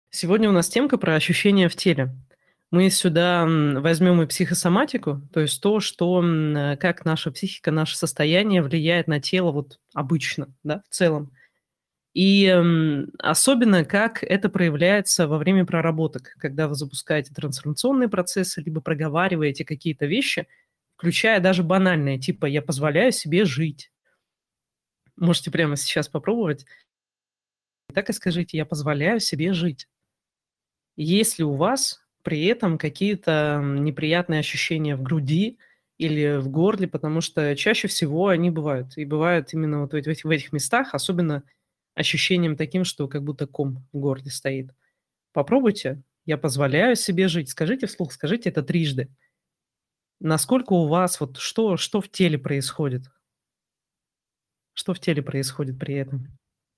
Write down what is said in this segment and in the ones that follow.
Сегодня у нас темка про ощущения в теле. Мы сюда возьмем и психосоматику, то есть то, что, как наша психика, наше состояние влияет на тело вот обычно, да, в целом. И особенно, как это проявляется во время проработок, когда вы запускаете трансформационные процессы, либо проговариваете какие-то вещи, включая даже банальные, типа «я позволяю себе жить». Можете прямо сейчас попробовать. Так и скажите «я позволяю себе жить». Есть ли у вас при этом какие-то, неприятные ощущения в груди или в горле? Потому что чаще всего они бывают. И бывают именно вот в этих местах, особенно ощущением таким, что как будто ком в горле стоит. Попробуйте. Я позволяю себе жить. Скажите вслух, скажите это трижды. Насколько у вас вот что в теле происходит? Что в теле происходит при этом?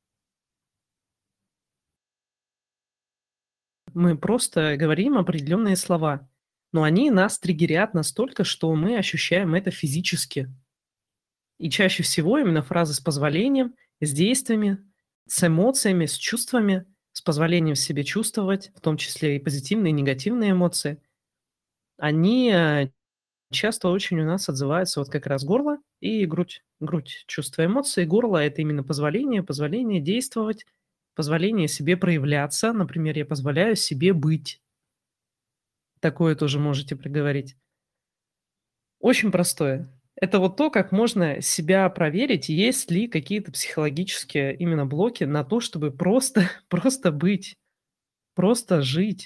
Мы просто говорим определенные слова, но они нас триггерят настолько, что мы ощущаем это физически. И чаще всего именно фразы с позволением, с действиями, с эмоциями, с чувствами, с позволением себе чувствовать, в том числе и позитивные, и негативные эмоции, они часто очень у нас отзываются вот как раз горло и грудь. Грудь, чувство эмоций, горло– это именно позволение действовать, позволение себе проявляться. Например, я позволяю себе быть. Такое тоже можете проговорить. Очень простое. Это вот то, как можно себя проверить, есть ли какие-то психологические именно блоки на то, чтобы просто, просто быть, просто жить.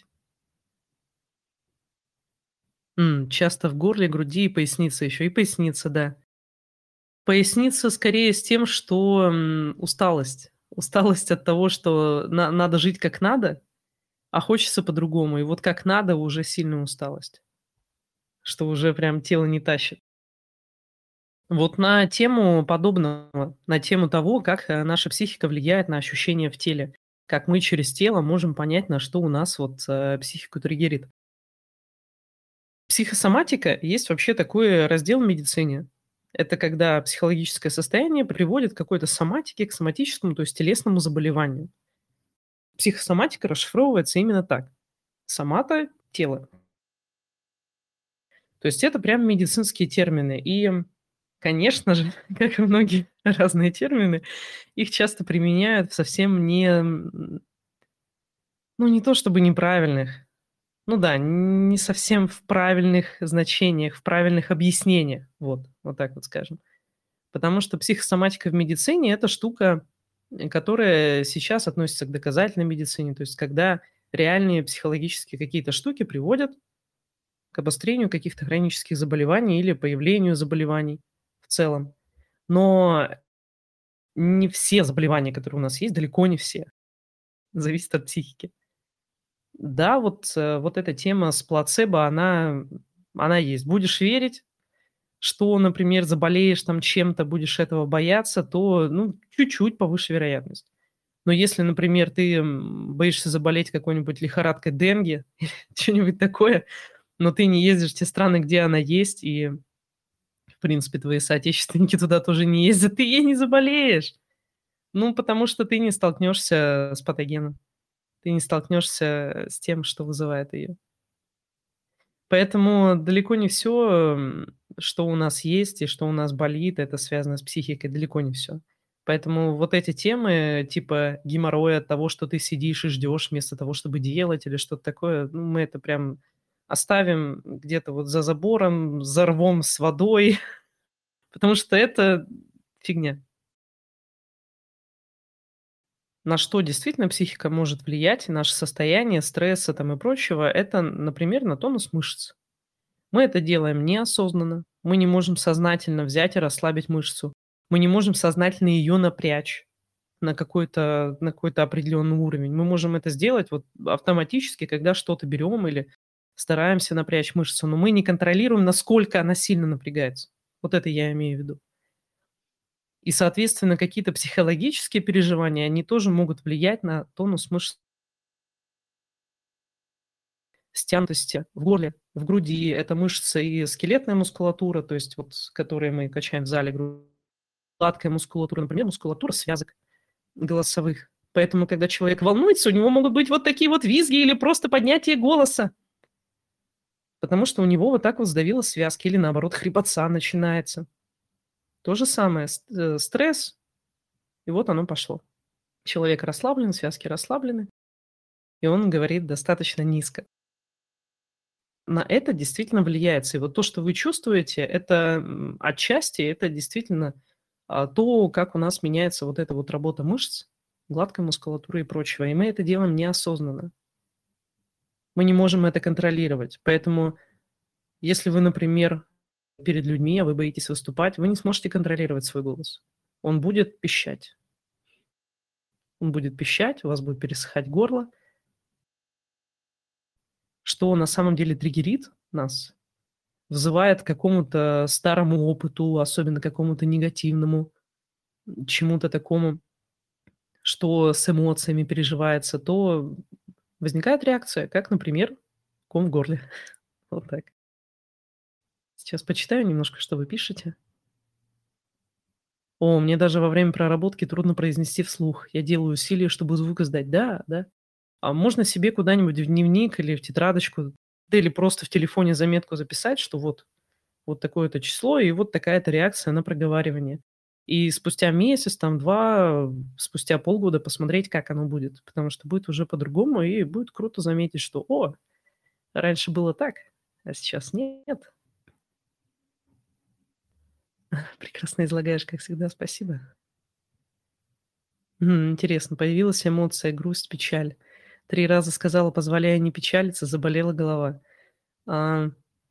Часто в горле, груди и пояснице еще. И поясница, да. Поясница скорее с тем, что усталость. Усталость от того, что надо жить как надо, а хочется по-другому. И вот как надо уже сильная усталость, что уже прям тело не тащит. Вот на тему подобного, на тему того, как, наша психика влияет на ощущения в теле. Как мы через тело можем понять, на что у нас вот, психику триггерит. Психосоматика есть вообще такой раздел в медицине. Это когда психологическое состояние приводит к какой-то соматике, к соматическому, то есть телесному заболеванию. Психосоматика расшифровывается именно так. Сомата– тело. То есть это прям медицинские термины. И, конечно же, как и многие разные термины, их часто применяют в совсем ну, не то чтобы неправильных, ну да, не совсем в правильных значениях, в правильных объяснениях. Вот так вот скажем. Потому что психосоматика в медицине– это штука, которая сейчас относится к доказательной медицине. То есть когда реальные психологические какие-то штуки приводят к обострению каких-то хронических заболеваний или появлению заболеваний в целом. Но не все заболевания, которые у нас есть, далеко не все, зависит от психики. Да, вот эта тема с плацебо, она есть. Будешь верить, что, например, заболеешь там чем-то, будешь этого бояться, то, ну, чуть-чуть повыше вероятность. Но если, например, ты, боишься заболеть какой-нибудь лихорадкой денге или чё-нибудь такое, но ты не ездишь в те страны, где она есть, и, в принципе, твои соотечественники туда тоже не ездят, ты ей не заболеешь. Ну, потому что ты не столкнешься с патогеном, ты не столкнешься с тем, что вызывает ее. Поэтому далеко не все, что у нас есть и что у нас болит, это связано с психикой, далеко не все. Поэтому вот эти темы, типа геморроя от того, что ты сидишь и ждешь вместо того, чтобы делать или что-то такое, ну, мы это прям оставим где-то вот за забором, за рвом с водой, потому что это фигня. На что действительно психика может влиять, наше состояние стресса там и прочего, это, например, на тонус мышц. Мы это делаем неосознанно. Мы не можем сознательно взять и расслабить мышцу. Мы не можем сознательно ее напрячь на какой-то определенный уровень. Мы можем это сделать вот автоматически, когда что-то берем или стараемся напрячь мышцу, но мы не контролируем, насколько она сильно напрягается. Вот это я имею в виду. И, соответственно, какие-то психологические переживания, они тоже могут влиять на тонус мышц стянутости в горле, в груди. Это мышцы и скелетная мускулатура, то есть вот, которые мы качаем в зале, гладкая мускулатура, например, мускулатура связок голосовых. Поэтому, когда человек волнуется, у него могут быть вот такие вот визги или просто поднятие голоса. Потому что у него вот так вот сдавило связки или, наоборот, хрипотца начинается. То же самое, стресс, и вот оно пошло. Человек расслаблен, связки расслаблены, и он говорит достаточно низко. На это действительно влияет. И вот то, что вы чувствуете, это отчасти, это действительно то, как у нас меняется вот эта вот работа мышц, гладкой мускулатуры и прочего. И мы это делаем неосознанно. Мы не можем это контролировать. Поэтому, если вы, например, перед людьми, а вы боитесь выступать, вы не сможете контролировать свой голос. Он будет пищать. Он будет пищать, у вас будет пересыхать горло, что на самом деле триггерит нас, взывает к какому-то старому опыту, особенно какому-то негативному, чему-то такому, что с эмоциями переживается, то возникает реакция, как, например, ком в горле. Вот так. Сейчас почитаю немножко, что вы пишете. О, мне даже во время проработки трудно произнести вслух. Я делаю усилия, чтобы звук издать. Да, да. А можно себе куда-нибудь в дневник или в тетрадочку, да или просто в телефоне заметку записать, что вот такое-то число и вот такая-то реакция на проговаривание. И спустя месяц, там 2, спустя полгода посмотреть, как оно будет. Потому что будет уже по-другому, и будет круто заметить, что: "О, раньше было так, а сейчас нет". Прекрасно излагаешь, как всегда, спасибо. Интересно, появилась эмоция грусть, печаль. 3 раза сказала: "Позволяю не печалиться", заболела голова. А,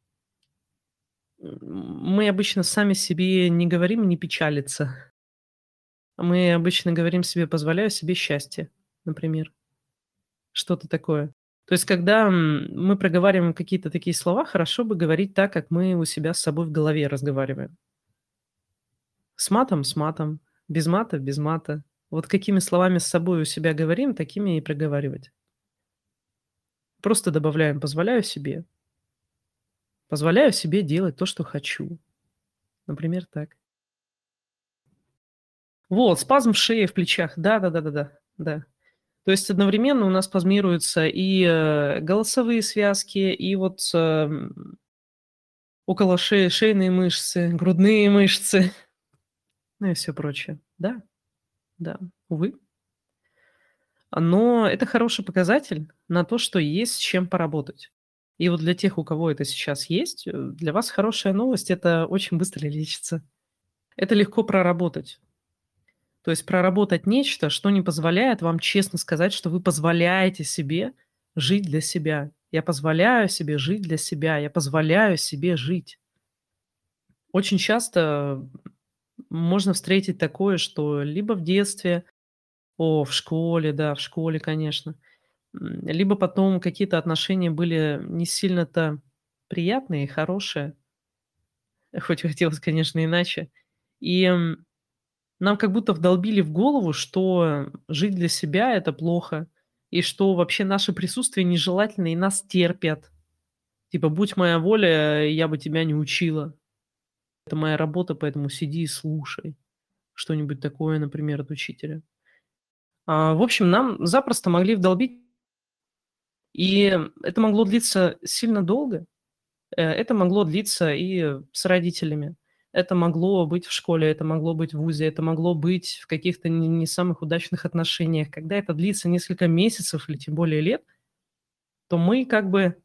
мы обычно сами себе не говорим "не печалиться", а мы обычно говорим себе: "Позволяю себе счастье", например. Что-то такое. То есть, когда, мы проговариваем какие-то такие слова, хорошо бы говорить так, как мы у себя с собой в голове разговариваем. С матом — с матом, без мата — без мата. Вот какими словами с собой у себя говорим, такими и проговаривать. Просто добавляем: позволяю себе делать то, что хочу. Например, так. Вот, спазм в шее, в плечах. Да-да-да-да-да, да. То есть одновременно у нас спазмируются и, голосовые связки, и вот, около шеи шейные мышцы, грудные мышцы, ну и все прочее. Да, да, увы. Но это хороший показатель на то, что есть с чем поработать. И вот для тех, у кого это сейчас есть, для вас хорошая новость — это очень быстро лечится. Это легко проработать. То есть проработать нечто, что не позволяет вам честно сказать, что вы позволяете себе жить для себя. Я позволяю себе жить для себя, я позволяю себе жить. Очень часто можно встретить такое, что либо в детстве, в школе, да, в школе, конечно, либо потом какие-то отношения были не сильно-то приятные, хорошие, хоть хотелось, конечно, иначе. И нам как будто вдолбили в голову, что жить для себя — это плохо, и что вообще наше присутствие нежелательно, и нас терпят. Типа: "Будь моя воля, я бы тебя не учила. Это моя работа, поэтому сиди и слушай". Что-нибудь такое, например, от учителя. В общем, нам запросто могли вдолбить, и это могло длиться сильно долго. Это могло длиться и с родителями. Это могло быть в школе, это могло быть в вузе, это могло быть в каких-то не самых удачных отношениях. Когда это длится несколько месяцев или тем более лет, то мы как бы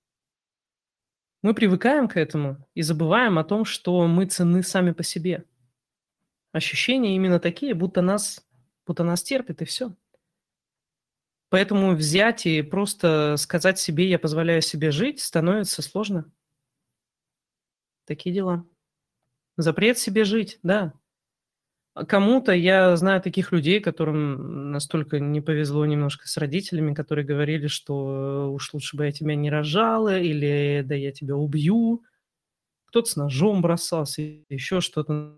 мы привыкаем к этому и забываем о том, что мы ценны сами по себе. Ощущения именно такие, будто нас терпят, и все. Поэтому взять и просто сказать себе: "Я позволяю себе жить", становится сложно. Такие дела. Запрет себе жить, да. Кому-то, я знаю таких людей, которым настолько не повезло немножко с родителями, которые говорили, что уж лучше бы я тебя не рожала, или да я тебя убью. Кто-то с ножом бросался, еще что-то.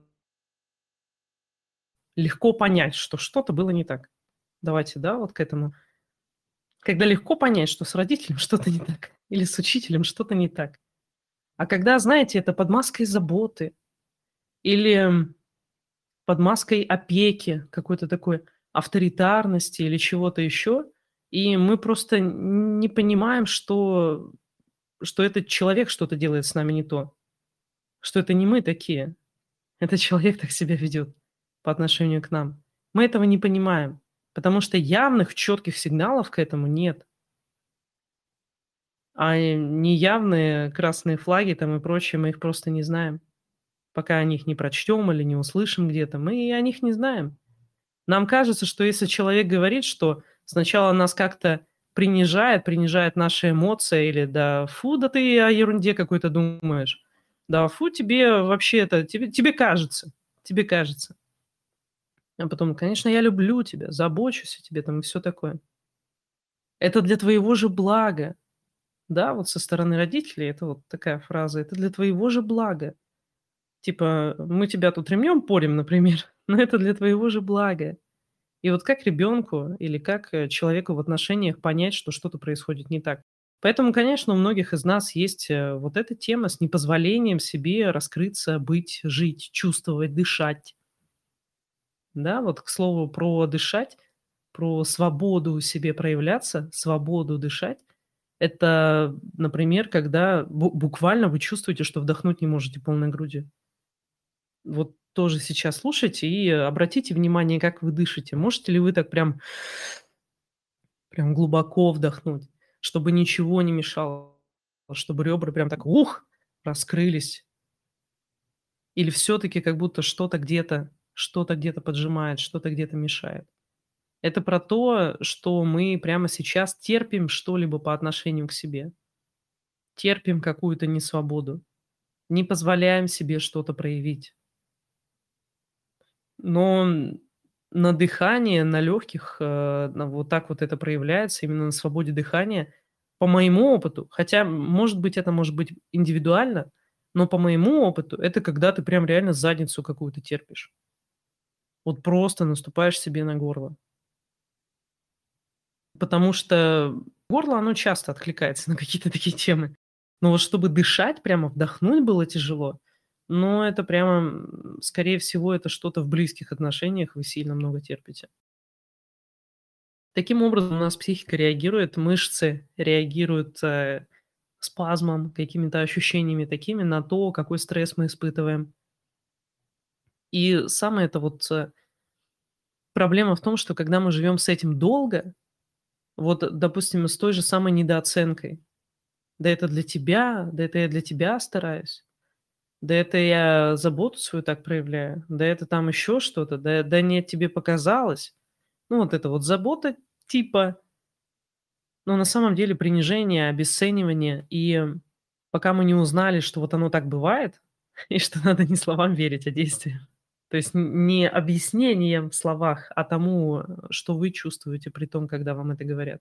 Легко понять, что что-то было не так. Давайте, да, вот к этому. Когда легко понять, что с родителем что-то не так, или с учителем что-то не так. А когда, знаете, это под маской заботы или под маской опеки, какой-то такой авторитарности или чего-то еще, и мы просто не понимаем, что этот человек что-то делает с нами не то, что это не мы такие, этот человек так себя ведет по отношению к нам. Мы этого не понимаем, потому что явных, четких сигналов к этому нет. А неявные красные флаги там и прочее, мы их просто не знаем. Пока о них не прочтем или не услышим где-то, мы и о них не знаем. Нам кажется, что если человек говорит, что сначала нас как-то принижает наши эмоции или да фу, да ты о ерунде какой-то думаешь. Да фу, тебе вообще это, тебе кажется, тебе кажется. А потом, конечно, я люблю тебя, забочусь о тебе там и все такое. Это для твоего же блага. Да, вот со стороны родителей это вот такая фраза. Это для твоего же блага. Типа, мы тебя тут ремнем порем, например, но это для твоего же блага. И вот как ребенку или как, человеку в отношениях понять, что что-то происходит не так? Поэтому, конечно, у многих из нас есть, вот эта тема с непозволением себе раскрыться, быть, жить, чувствовать, дышать. Да, вот к слову про дышать, про свободу себе проявляться, свободу дышать. Это, например, когда буквально вы чувствуете, что вдохнуть не можете полной грудью. Вот тоже сейчас слушайте и обратите внимание, как вы дышите. Можете ли вы так прям глубоко вдохнуть, чтобы ничего не мешало, чтобы ребра прям так раскрылись? Или все-таки как будто что-то где-то поджимает, что-то где-то мешает? Это про то, что мы прямо сейчас терпим что-либо по отношению к себе, терпим какую-то несвободу, не позволяем себе что-то проявить. Но на дыхании, на легких, вот так вот это проявляется, именно на свободе дыхания. По моему опыту, хотя, может быть, это может быть индивидуально, но по моему опыту это когда ты прям реально задницу какую-то терпишь. Вот просто наступаешь себе на горло. Потому что горло, оно часто откликается на какие-то такие темы. Но вот чтобы дышать, прямо вдохнуть было тяжело, но это прямо, скорее всего, это что-то в близких отношениях, вы сильно много терпите. Таким образом, у нас психика реагирует, мышцы реагируют, спазмом, какими-то ощущениями такими на то, какой стресс мы испытываем. И самое это вот, проблема в том, что когда мы живем с этим долго, вот, допустим, с той же самой недооценкой: "Да это для тебя, да это я для тебя стараюсь, да это я заботу свою так проявляю, да это там еще что-то, да нет, тебе показалось". Ну, вот это вот забота типа. Но на самом деле принижение, обесценивание, и пока мы не узнали, что вот оно так бывает, и что надо не словам верить, а действиям. То есть не объяснением в словах, а тому, что вы чувствуете при том, когда вам это говорят,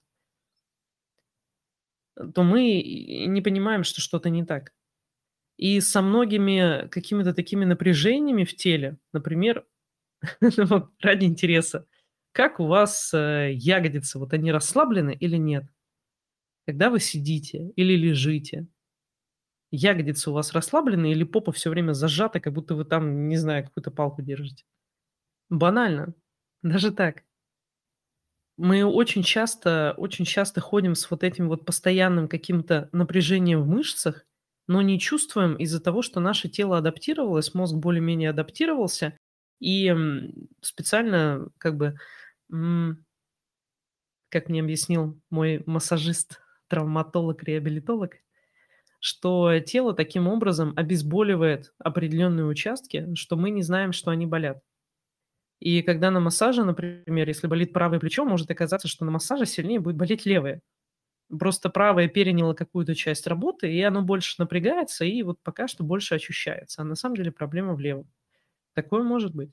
то мы и не понимаем, что что-то не так. И со многими какими-то такими напряжениями в теле, например, вот ради интереса, как у вас, ягодицы, вот они расслаблены или нет? Когда вы сидите или лежите? Ягодицы у вас расслаблены или попа все время зажата, как будто вы там, не знаю, какую-то палку держите? Банально. Даже так. Мы очень часто ходим с вот этим вот постоянным каким-то напряжением в мышцах, но не чувствуем из-за того, что наше тело адаптировалось, мозг более-менее адаптировался, и, специально как бы, м, как мне объяснил мой массажист, травматолог, реабилитолог, что тело таким образом обезболивает определенные участки, что мы не знаем, что они болят. И когда на массаже, например, если болит правое плечо, может оказаться, что на массаже сильнее будет болеть левое. Просто правое переняло какую-то часть работы, и оно больше напрягается, и вот пока что больше ощущается. А на самом деле проблема в левом. Такое может быть.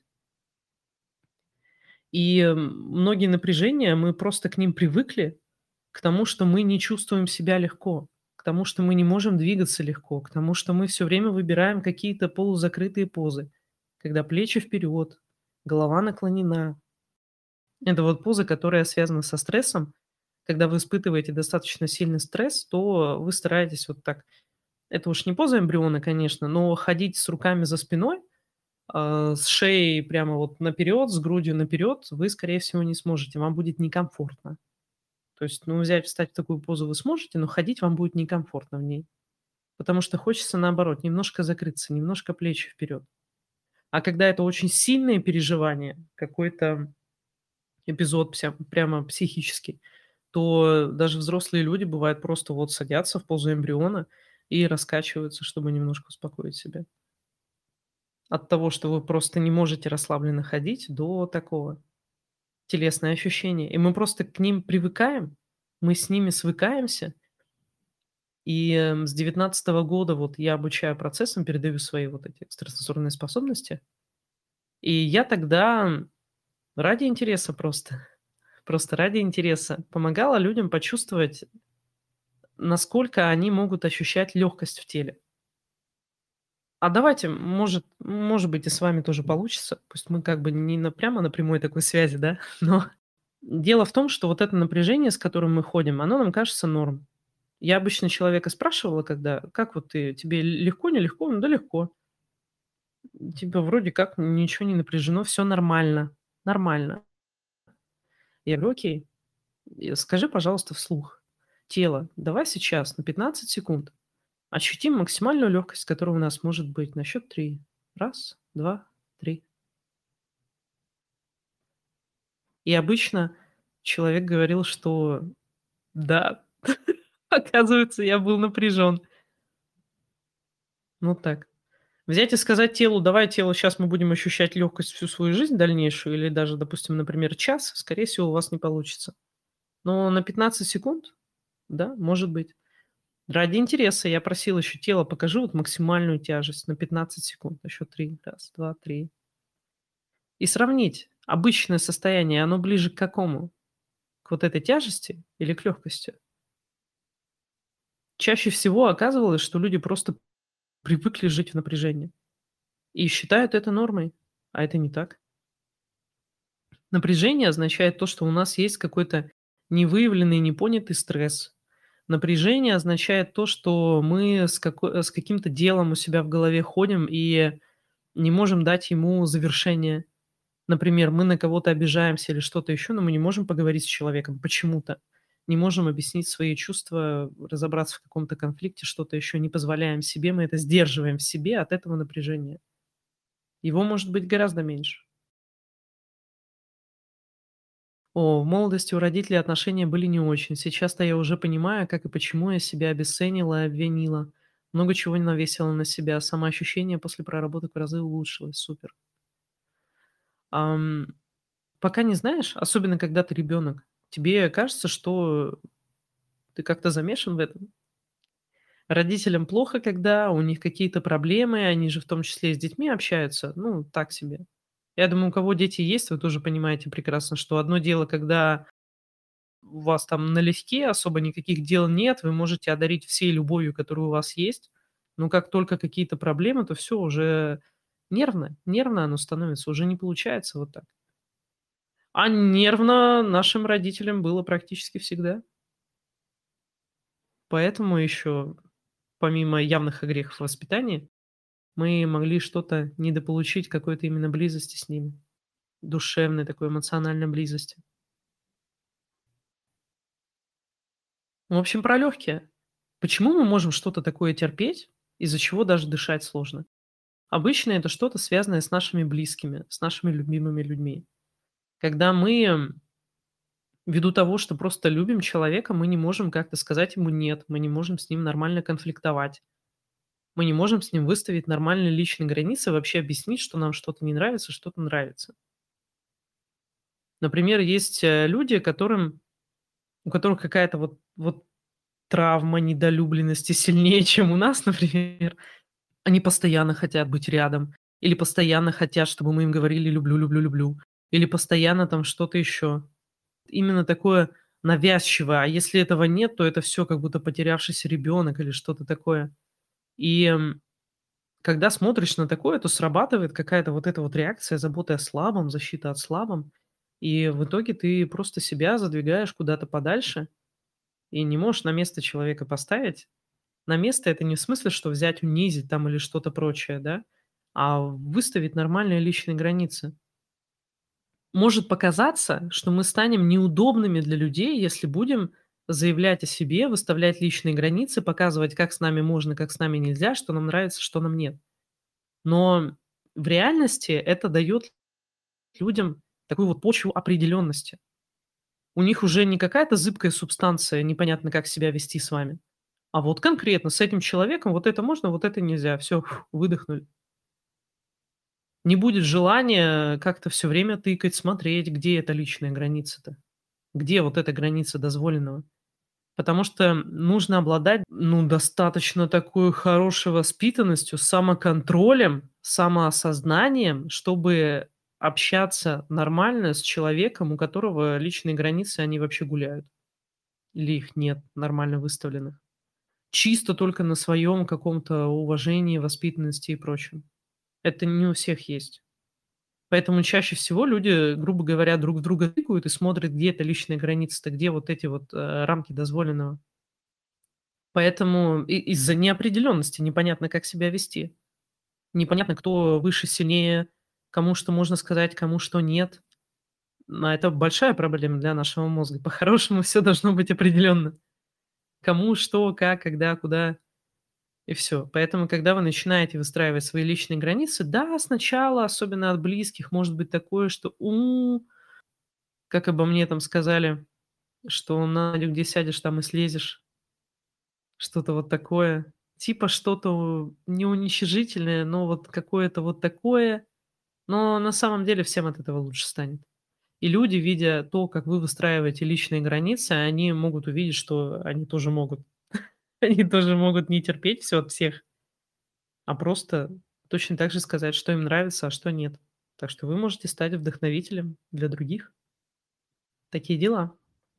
И многие напряжения, мы просто к ним привыкли, к тому, что мы не чувствуем себя легко, к тому, что мы не можем двигаться легко, к тому, что мы все время выбираем какие-то полузакрытые позы, когда плечи вперед, голова наклонена. Это вот поза, которая связана со стрессом. Когда вы испытываете достаточно сильный стресс, то вы стараетесь вот так. Это уж не поза эмбриона, конечно, но ходить с руками за спиной, с шеей прямо вот наперед, с грудью наперед, вы, скорее всего, не сможете, вам будет некомфортно. То есть, ну, взять, встать в такую позу вы сможете, но ходить вам будет некомфортно в ней. Потому что хочется, наоборот, немножко закрыться, немножко плечи вперед. А когда это очень сильное переживание, какой-то эпизод прямо психический, то даже взрослые люди, бывает, просто вот садятся в позу эмбриона и раскачиваются, чтобы немножко успокоить себя. От того, что вы просто не можете расслабленно ходить, до такого. Телесные ощущения. И мы просто к ним привыкаем, мы с ними свыкаемся. И, с 19 года вот я обучаю процессам, передаю свои вот эти экстрасенсорные способности. И я тогда ради интереса просто, просто ради интереса помогала людям почувствовать, насколько они могут ощущать легкость в теле. А давайте, может быть, и с вами тоже получится. Пусть мы как бы не прямо на прямой такой связи, да, но дело в том, что вот это напряжение, с которым мы ходим, оно нам кажется норм. Я обычно человека спрашивала, когда: "Как вот ты, тебе легко, нелегко?" "Ну да легко". Типа вроде как ничего не напряжено, все нормально, нормально. Я говорю: "Окей, скажи, пожалуйста, вслух: тело, давай сейчас на 15 секунд ощутим максимальную легкость, которая у нас может быть на счет 3. Раз, 2, 3". И обычно человек говорил, что да, оказывается, я был напряжен. Ну так. Взять и сказать телу: "Давай, тело, сейчас мы будем ощущать легкость всю свою жизнь дальнейшую", или даже, допустим, например, час, скорее всего, у вас не получится. Но на 15 секунд, да, может быть. Ради интереса я просил еще тело: "Покажи вот максимальную тяжесть на 15 секунд". На счет 3. Раз, 2, 3. И сравнить обычное состояние, оно ближе к какому? К вот этой тяжести или к легкости? Чаще всего оказывалось, что люди просто привыкли жить в напряжении и считают это нормой, а это не так. Напряжение означает то, что у нас есть какой-то невыявленный, непонятый стресс. Напряжение означает то, что мы с каким-то делом у себя в голове ходим и не можем дать ему завершение. Например, мы на кого-то обижаемся или что-то еще, но мы не можем поговорить с человеком почему-то. Не можем объяснить свои чувства, разобраться в каком-то конфликте, что-то еще не позволяем себе, мы это сдерживаем в себе от этого напряжения. Его может быть гораздо меньше. В молодости у родителей отношения были не очень. Сейчас-то я уже понимаю, как и почему я себя обесценила и обвинила. Много чего навесила на себя. Самоощущение после проработок в разы улучшилось. Супер. Ам, Пока не знаешь, особенно когда ты ребенок, тебе кажется, что ты как-то замешан в этом. Родителям плохо, когда у них какие-то проблемы, они же в том числе и с детьми общаются. Ну, так себе. Я думаю, у кого дети есть, вы тоже понимаете прекрасно, что одно дело, когда у вас там налегке, особо никаких дел нет, вы можете одарить всей любовью, которая у вас есть. Но как только какие-то проблемы, то все уже нервно оно становится, уже не получается вот так. А нервно нашим родителям было практически всегда. Поэтому еще, помимо явных огрехов в воспитании, мы могли что-то недополучить, какой-то именно близости с ними, душевной такой эмоциональной близости. В общем, про легкие. Почему мы можем что-то такое терпеть, из-за чего даже дышать сложно? Обычно это что-то связанное с нашими близкими, с нашими любимыми людьми. Когда мы, ввиду того, что просто любим человека, мы не можем как-то сказать ему "нет", мы не можем с ним нормально конфликтовать, мы не можем с ним выставить нормальные личные границы, вообще объяснить, что нам что-то не нравится, что-то нравится. Например, есть, люди, у которых какая-то вот травма недолюбленности сильнее, чем у нас, например. Они постоянно хотят быть рядом, или постоянно хотят, чтобы мы им говорили "люблю, люблю, люблю", или постоянно там что-то еще. Именно такое навязчивое, а если этого нет, то это все как будто потерявшийся ребенок или что-то такое. И, когда смотришь на такое, то срабатывает какая-то вот эта вот реакция заботы о слабом, защита от слабом, и в итоге ты просто себя задвигаешь куда-то подальше и не можешь на место человека поставить. На место — это не в смысле, что взять, унизить там или что-то прочее, да, а выставить нормальные личные границы. Может показаться, что мы станем неудобными для людей, если будем заявлять о себе, выставлять личные границы, показывать, как с нами можно, как с нами нельзя, что нам нравится, что нам нет. Но в реальности это дает людям такую вот почву определенности. У них уже не какая-то зыбкая субстанция, непонятно, как себя вести с вами, а вот конкретно с этим человеком вот это можно, вот это нельзя. Все, выдохнули. Не будет желания как-то все время тыкать, смотреть, где эта личная граница-то, где вот эта граница дозволенного. Потому что нужно обладать, ну, достаточно такой хорошей воспитанностью, самоконтролем, самоосознанием, чтобы общаться нормально с человеком, у которого личные границы, они вообще гуляют или их нет нормально выставленных. Чисто только на своем каком-то уважении, воспитанности и прочем. Это не у всех есть. Поэтому чаще всего люди, грубо говоря, друг в друга тыкают и смотрят, где эта личная граница-то, где вот эти вот рамки дозволенного. Поэтому из-за неопределенности непонятно, как себя вести. Непонятно, кто выше, сильнее, кому что можно сказать, кому что нет. А это большая проблема для нашего мозга. По-хорошему все должно быть определенно. Кому, что, как, когда, куда и все. Поэтому, когда вы начинаете выстраивать свои личные границы, да, сначала, особенно от близких, может быть такое, что как обо мне там сказали, что Надю, где сядешь, там и слезешь. Что-то вот такое. Типа что-то не уничижительное, но вот какое-то вот такое. Но на самом деле всем от этого лучше станет. И люди, видя то, как вы выстраиваете личные границы, они могут увидеть, что они тоже могут. Они тоже могут не терпеть все от всех, а просто точно так же сказать, что им нравится, а что нет. Так что вы можете стать вдохновителем для других. Такие дела.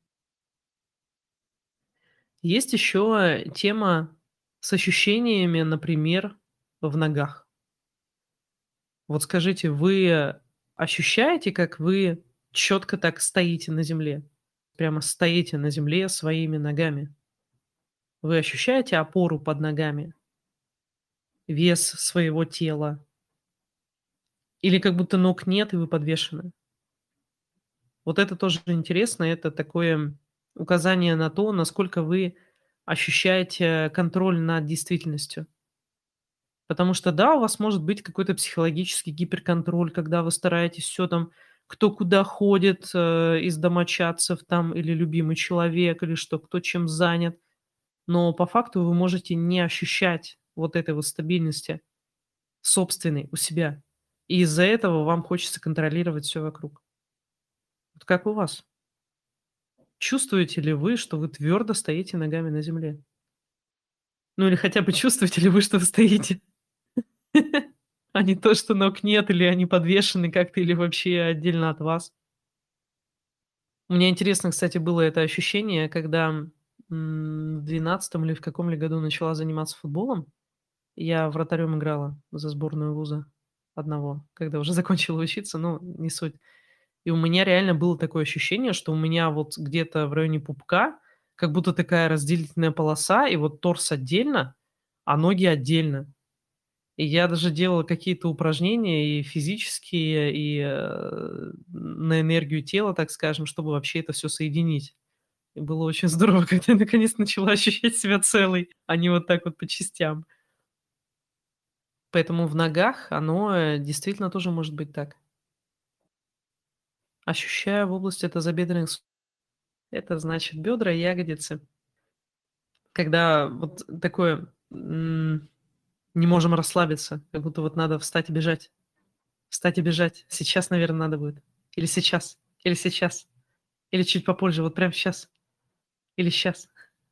Есть еще тема с ощущениями, например, в ногах. Вот скажите, вы ощущаете, как вы четко так стоите на земле? Прямо стоите на земле своими ногами? Вы ощущаете опору под ногами, вес своего тела? Или как будто ног нет, и вы подвешены? Вот это тоже интересно. Это такое указание на то, насколько вы ощущаете контроль над действительностью. Потому что, да, у вас может быть какой-то психологический гиперконтроль, когда вы стараетесь все там, кто куда ходит, из домочадцев там, или любимый человек, или что, кто чем занят. Но по факту вы можете не ощущать вот этой вот стабильности собственной у себя. И из-за этого вам хочется контролировать все вокруг. Вот как у вас? Чувствуете ли вы, что вы твердо стоите ногами на земле? Ну или хотя бы чувствуете ли вы, что вы стоите? А не то, что ног нет, или они подвешены как-то, или вообще отдельно от вас. У меня интересно, кстати, было это ощущение, когда, в 12 или в каком ли году начала заниматься футболом. Я вратарем играла за сборную вуза одного, когда уже закончила учиться, но не суть. И у меня реально было такое ощущение, что у меня вот где-то в районе пупка как будто такая разделительная полоса, и вот торс отдельно, а ноги отдельно. И я даже делал какие-то упражнения и физические, и, на энергию тела, так скажем, чтобы вообще это все соединить. И было очень здорово, когда я наконец начала ощущать себя целой, а не вот так вот по частям. Поэтому в ногах оно, действительно тоже может быть так. Ощущаю в области тазобедренных это значит бедра и ягодицы. Когда вот такое, не можем расслабиться, как будто вот надо встать и бежать. Встать и бежать. Сейчас, наверное, надо будет. Или сейчас. Или сейчас. Или чуть попозже. Вот прямо сейчас. Или сейчас.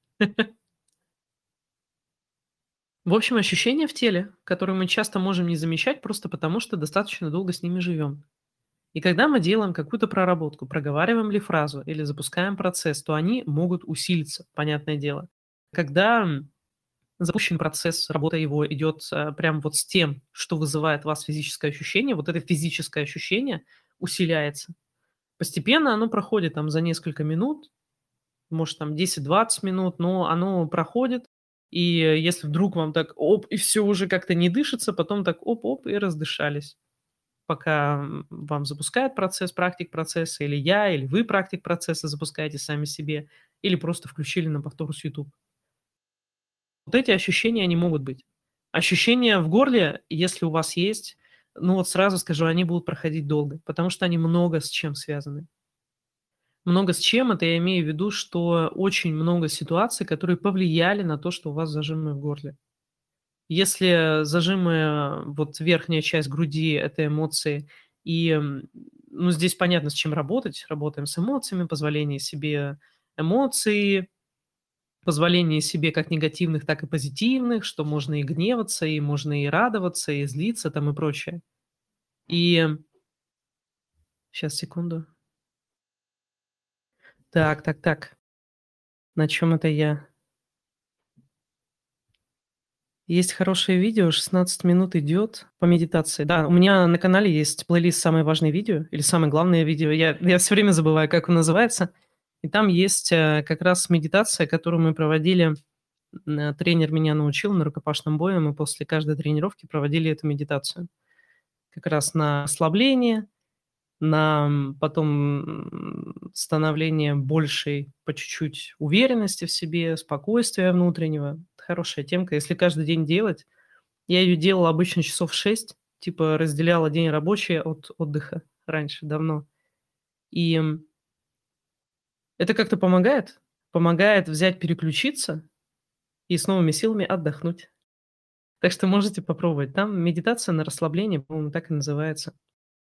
В общем, ощущения в теле, которые мы часто можем не замечать просто потому, что достаточно долго с ними живем. И когда мы делаем какую-то проработку, проговариваем ли фразу или запускаем процесс, то они могут усилиться, понятное дело. Когда запущен процесс, работа его идет прям вот с тем, что вызывает у вас физическое ощущение, вот это физическое ощущение усиляется. Постепенно оно проходит там за несколько минут, может там 10-20 минут, но оно проходит, И если вдруг вам так оп, и все уже как-то не дышится, потом так оп-оп и раздышались. Пока, вам запускает процесс, практик процесса, или я, или вы практик процесса запускаете сами себе, или просто включили на повтор с YouTube. Вот эти ощущения, они могут быть. Ощущения в горле, если у вас есть, ну вот сразу скажу, они будут проходить долго, потому что они много с чем связаны. Много с чем, это я имею в виду, что очень много ситуаций, которые повлияли на то, что у вас зажимы в горле. Если зажимы, вот верхняя часть груди — это эмоции, и, ну, здесь понятно, с чем работать. Работаем с эмоциями, позволение себе эмоций, позволение себе как негативных, так и позитивных, что можно и гневаться, и можно и радоваться, и злиться там и прочее. И сейчас, секунду. Так. На чем это я? Есть хорошее видео, 16 минут идет по медитации. Да, у меня на канале есть плейлист "Самые важные видео" или "Самое главное видео". Я все время забываю, как он называется. И там есть, как раз медитация, которую мы проводили. Тренер меня научил на рукопашном бое. Мы после каждой тренировки проводили эту медитацию. Как раз на расслабление, на, потом, становление большей по чуть-чуть уверенности в себе, спокойствия внутреннего. Хорошая темка. Если каждый день делать, я ее делала обычно часов 6, типа разделяла день рабочий от отдыха раньше, давно. И, это как-то помогает. Помогает взять, переключиться и с новыми силами отдохнуть. Так что можете попробовать. Там медитация на расслабление, по-моему, так и называется.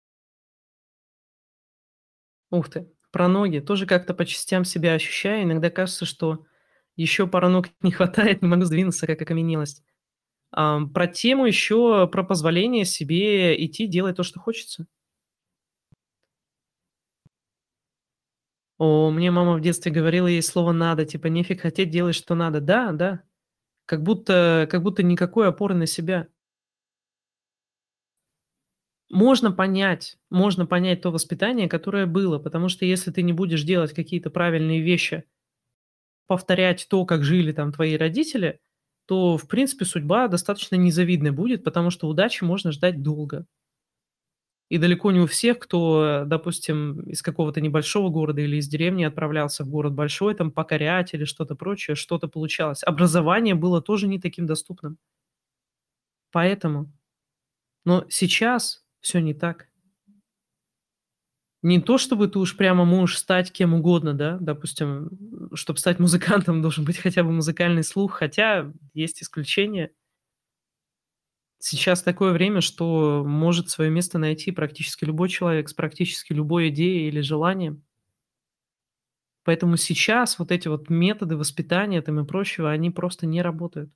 Ух ты. Про ноги. Тоже как-то по частям себя ощущаю. Иногда кажется, что еще пара ног не хватает, не могу сдвинуться, как окаменелость. Про тему еще, про позволение себе идти делать то, что хочется. Мне мама в детстве говорила, ей слово "надо", типа нефиг хотеть, делай, что надо. Да, да, как будто никакой опоры на себя. Можно понять то воспитание, которое было, потому что если ты не будешь делать какие-то правильные вещи, повторять то, как жили там твои родители, то, в принципе, судьба достаточно незавидной будет, потому что удачи можно ждать долго. И далеко не у всех, кто, допустим, из какого-то небольшого города или из деревни отправлялся в город большой, там, покорять или что-то прочее, что-то получалось. Образование было тоже не таким доступным. Поэтому. Но сейчас все не так. Не то чтобы ты уж прямо можешь стать кем угодно, да, допустим, чтобы стать музыкантом, должен быть хотя бы музыкальный слух, хотя есть исключения. Сейчас такое время, что может свое место найти практически любой человек с практически любой идеей или желанием. Поэтому сейчас вот эти вот методы воспитания там и прочего, они просто не работают.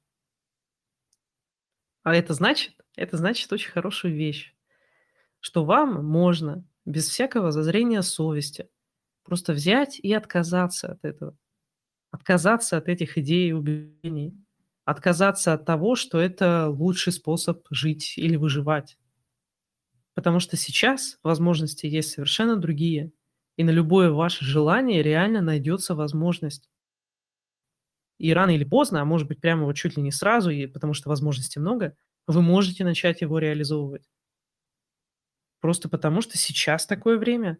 А это значит очень хорошую вещь, что вам можно без всякого зазрения совести просто взять и отказаться от этого. Отказаться от этих идей и убеждений. Отказаться от того, что это лучший способ жить или выживать. Потому что сейчас возможности есть совершенно другие. И на любое ваше желание реально найдется возможность. И рано или поздно, а может быть прямо вот чуть ли не сразу, и потому что возможностей много, вы можете начать его реализовывать. Просто потому что сейчас такое время.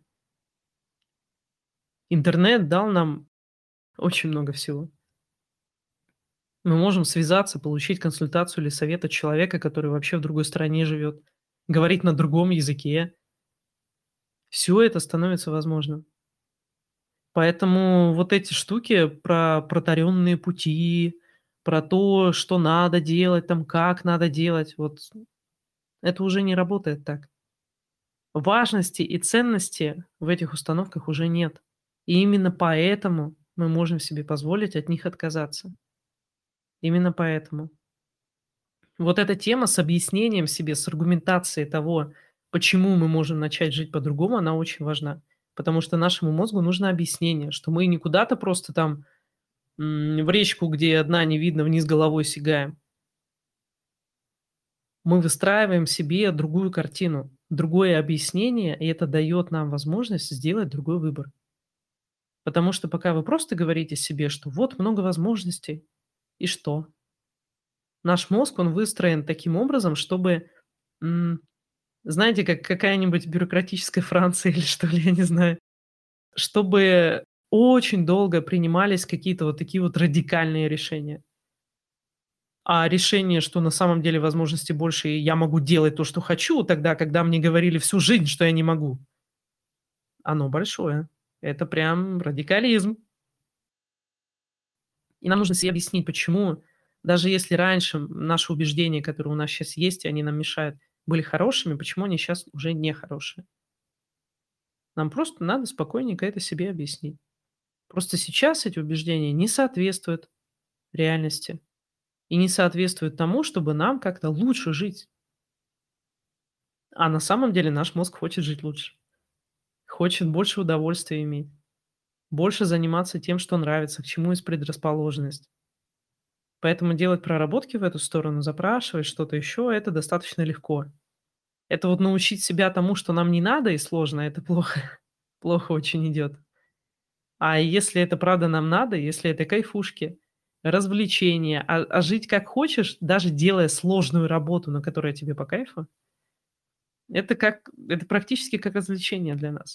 Интернет дал нам очень много всего. Мы можем связаться, получить консультацию или совет от человека, который вообще в другой стране живет, говорить на другом языке. Все это становится возможным. Поэтому вот эти штуки про протаренные пути, про то, что надо делать, там, как надо делать, вот это уже не работает так. Важности и ценности в этих установках уже нет. И именно поэтому мы можем себе позволить от них отказаться. Именно поэтому. Вот эта тема с объяснением себе, с аргументацией того, почему мы можем начать жить по-другому, она очень важна. Потому что нашему мозгу нужно объяснение, что мы не куда-то просто там в речку, где дна не видно, вниз головой сигаем. Мы выстраиваем себе другую картину, другое объяснение, и это дает нам возможность сделать другой выбор. Потому что пока вы просто говорите себе, что вот много возможностей, и что? Наш мозг, он выстроен таким образом, чтобы, м, знаете, как какая-нибудь бюрократическая Франция или что ли, я не знаю, чтобы очень долго принимались какие-то вот такие вот радикальные решения. А решение, что на самом деле возможностей больше, и я могу делать то, что хочу, тогда, когда мне говорили всю жизнь, что я не могу, оно большое. Это прям радикализм. И нам нужно себе объяснить, почему, даже если раньше наши убеждения, которые у нас сейчас есть, и они нам мешают, были хорошими, почему они сейчас уже не хорошие. Нам просто надо спокойненько это себе объяснить. Просто сейчас эти убеждения не соответствуют реальности и не соответствуют тому, чтобы нам как-то лучше жить. А на самом деле наш мозг хочет жить лучше, хочет больше удовольствия иметь, больше заниматься тем, что нравится, к чему есть предрасположенность. Поэтому делать проработки в эту сторону, запрашивать что-то еще, это достаточно легко. Это вот научить себя тому, что нам не надо и сложно, это плохо. Плохо очень идет. А если это правда нам надо, если это кайфушки, развлечения, а жить как хочешь, даже делая сложную работу, но которая тебе по кайфу, это практически как развлечение для нас.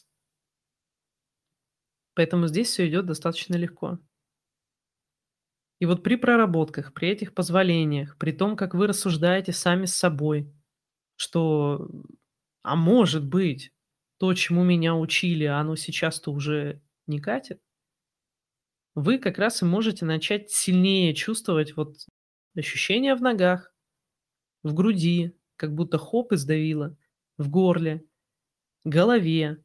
Поэтому здесь все идет достаточно легко. И вот при проработках, при этих позволениях, при том, как вы рассуждаете сами с собой, что, а может быть, то, чему меня учили, оно сейчас-то уже не катит, вы как раз и можете начать сильнее чувствовать вот ощущения в ногах, в груди, как будто хоп и сдавило, в горле, голове.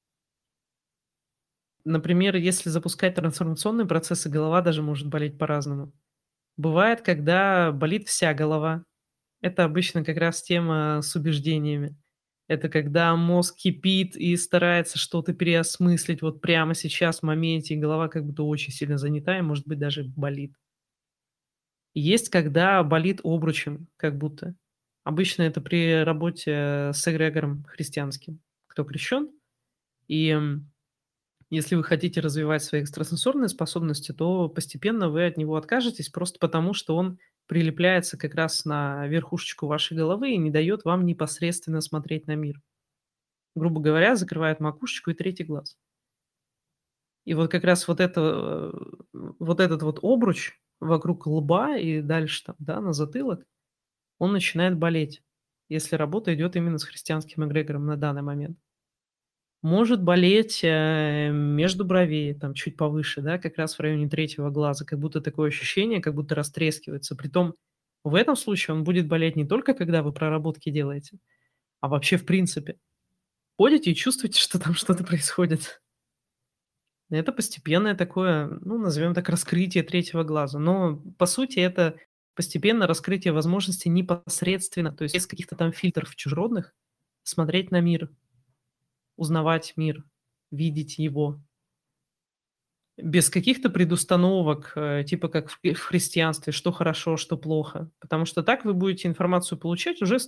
Например, если запускать трансформационные процессы, голова даже может болеть по-разному. Бывает, когда болит вся голова. Это обычно как раз тема с убеждениями. Это когда мозг кипит и старается что-то переосмыслить вот прямо сейчас, в моменте, и голова как будто очень сильно занята и, может быть, даже болит. Есть, когда болит обручем, как будто. Обычно это при работе с эгрегором христианским, кто крещен. И если вы хотите развивать свои экстрасенсорные способности, то постепенно вы от него откажетесь просто потому, что он прилепляется как раз на верхушечку вашей головы и не дает вам непосредственно смотреть на мир. Грубо говоря, закрывает макушечку и третий глаз. И вот как раз вот этот вот обруч вокруг лба и дальше там, да, на затылок, он начинает болеть, если работа идет именно с христианским эгрегором на данный момент. Может болеть, между бровей, там чуть повыше, да, как раз в районе третьего глаза, как будто такое ощущение, как будто растрескивается. Притом в этом случае он будет болеть не только когда вы проработки делаете, а вообще в принципе. Ходите и чувствуете, что там что-то происходит. Это постепенное такое, ну, назовем так, раскрытие третьего глаза. Но по сути это постепенно раскрытие возможностей непосредственно, то есть без каких-то там фильтров чужеродных, смотреть на мир, узнавать мир, видеть его. Без каких-то предустановок, типа как в христианстве, что хорошо, что плохо. Потому что так вы будете информацию получать уже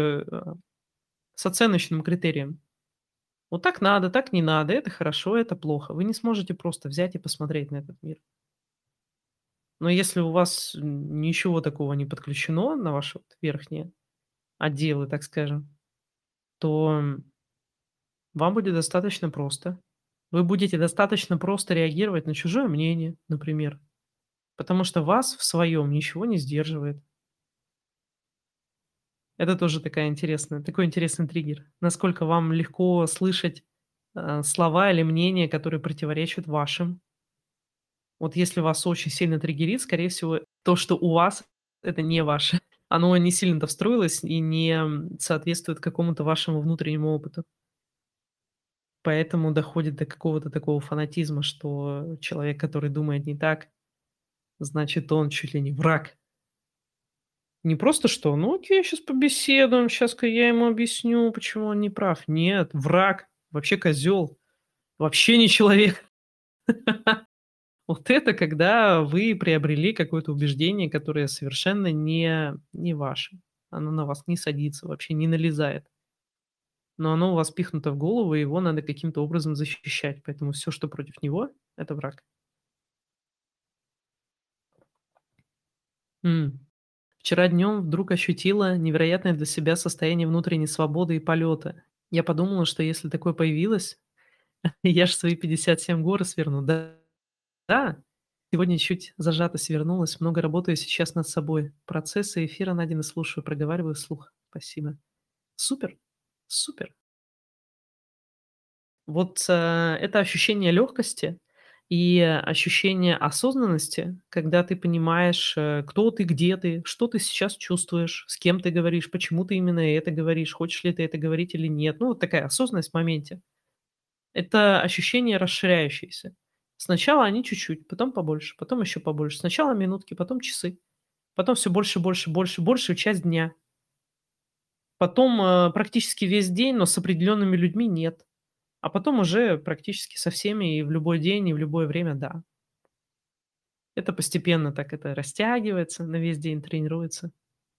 с оценочным критерием. Вот так надо, так не надо, это хорошо, это плохо. Вы не сможете просто взять и посмотреть на этот мир. Но если у вас ничего такого не подключено на ваши вот верхние отделы, так скажем, то вам будет достаточно просто. Вы будете достаточно просто реагировать на чужое мнение, например, потому что вас в своем ничего не сдерживает. Это тоже такой интересный триггер. Насколько вам легко слышать, слова или мнения, которые противоречат вашим. Вот если вас очень сильно триггерит, скорее всего, то, что у вас, это не ваше. Оно не сильно-то встроилось и не, соответствует какому-то вашему внутреннему опыту. Поэтому доходит до какого-то такого фанатизма, что человек, который думает не так, значит, он чуть ли не враг. Не просто что: "Ну окей, сейчас побеседуем, сейчас-ка я ему объясню, почему он не прав". Нет, враг, вообще козел, вообще не человек. Вот это когда вы приобрели какое-то убеждение, которое совершенно не ваше. Оно на вас не садится, вообще не налезает. Но оно у вас пихнуто в голову, и его надо каким-то образом защищать. Поэтому все, что против него — это враг. М. Вчера днем вдруг ощутила невероятное для себя состояние внутренней свободы и полета. Я подумала, что если такое появилось, я ж свои 57 горы сверну. Да, да. Сегодня чуть зажато свернулась, много работаю сейчас над собой. Процессы эфира найдены, слушаю, проговариваю вслух. Спасибо. Супер, супер. Вот, это ощущение легкости и ощущение осознанности, когда ты понимаешь, кто ты, где ты, что ты сейчас чувствуешь, с кем ты говоришь, почему ты именно это говоришь, хочешь ли ты это говорить или нет. Ну, вот такая осознанность в моменте. Это ощущения расширяющиеся. Сначала они чуть-чуть, потом побольше, потом еще побольше. Сначала минутки, потом часы, потом все больше, больше, больше, большую часть дня. Потом, практически весь день, но с определенными людьми нет. А потом уже практически со всеми и в любой день, и в любое время, да. Это постепенно так это растягивается, на весь день тренируется.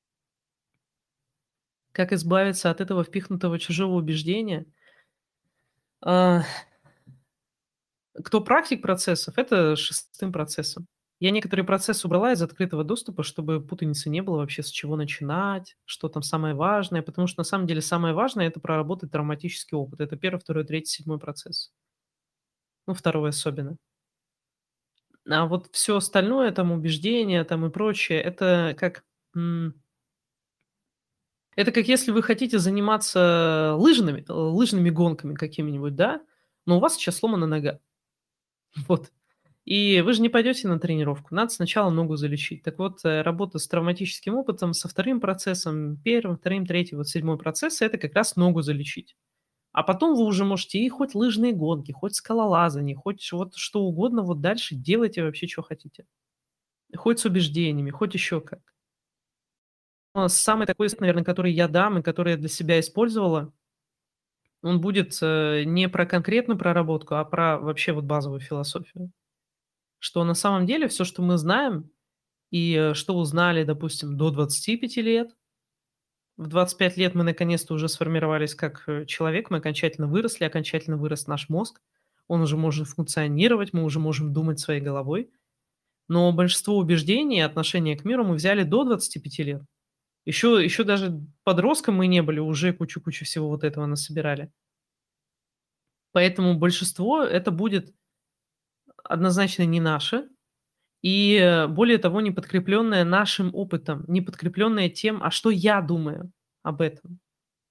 Как избавиться от этого впихнутого чужого убеждения? А, Кто практик процессов, это шестым процессом. Я некоторые процессы убрала из открытого доступа, чтобы путаницы не было вообще, с чего начинать, что там самое важное, потому что на самом деле самое важное — это проработать травматический опыт. Это первый, второй, третий, седьмой процесс. Ну, второй особенно. А вот все остальное, там убеждения там и прочее — м, это как если вы хотите заниматься лыжными гонками какими-нибудь, да, но у вас сейчас сломана нога. Вот. И вы же не пойдете на тренировку, надо сначала ногу залечить. Так вот, работа с травматическим опытом, со вторым процессом, первым, вторым, третьим, вот седьмой процесс — это как раз ногу залечить. А потом вы уже можете и хоть лыжные гонки, хоть скалолазание, хоть вот что угодно, вот дальше делайте вообще, что хотите. Хоть с убеждениями, хоть еще как. Самый такой совет, наверно, который я дам и который я для себя использовала, он будет, не про конкретную проработку, а про вообще вот базовую философию. Что на самом деле все, что мы знаем и, что узнали, допустим, до 25 лет, в 25 лет мы наконец-то уже сформировались как, человек, мы окончательно вырос наш мозг, он уже может функционировать, мы уже можем думать своей головой. Но большинство убеждений и отношения к миру мы взяли до 25 лет. Еще даже подростком мы не были, уже кучу-кучу всего вот этого насобирали. Поэтому большинство это будет однозначно не наше и, более того, не подкрепленное нашим опытом, не подкрепленное тем, а что я думаю об этом.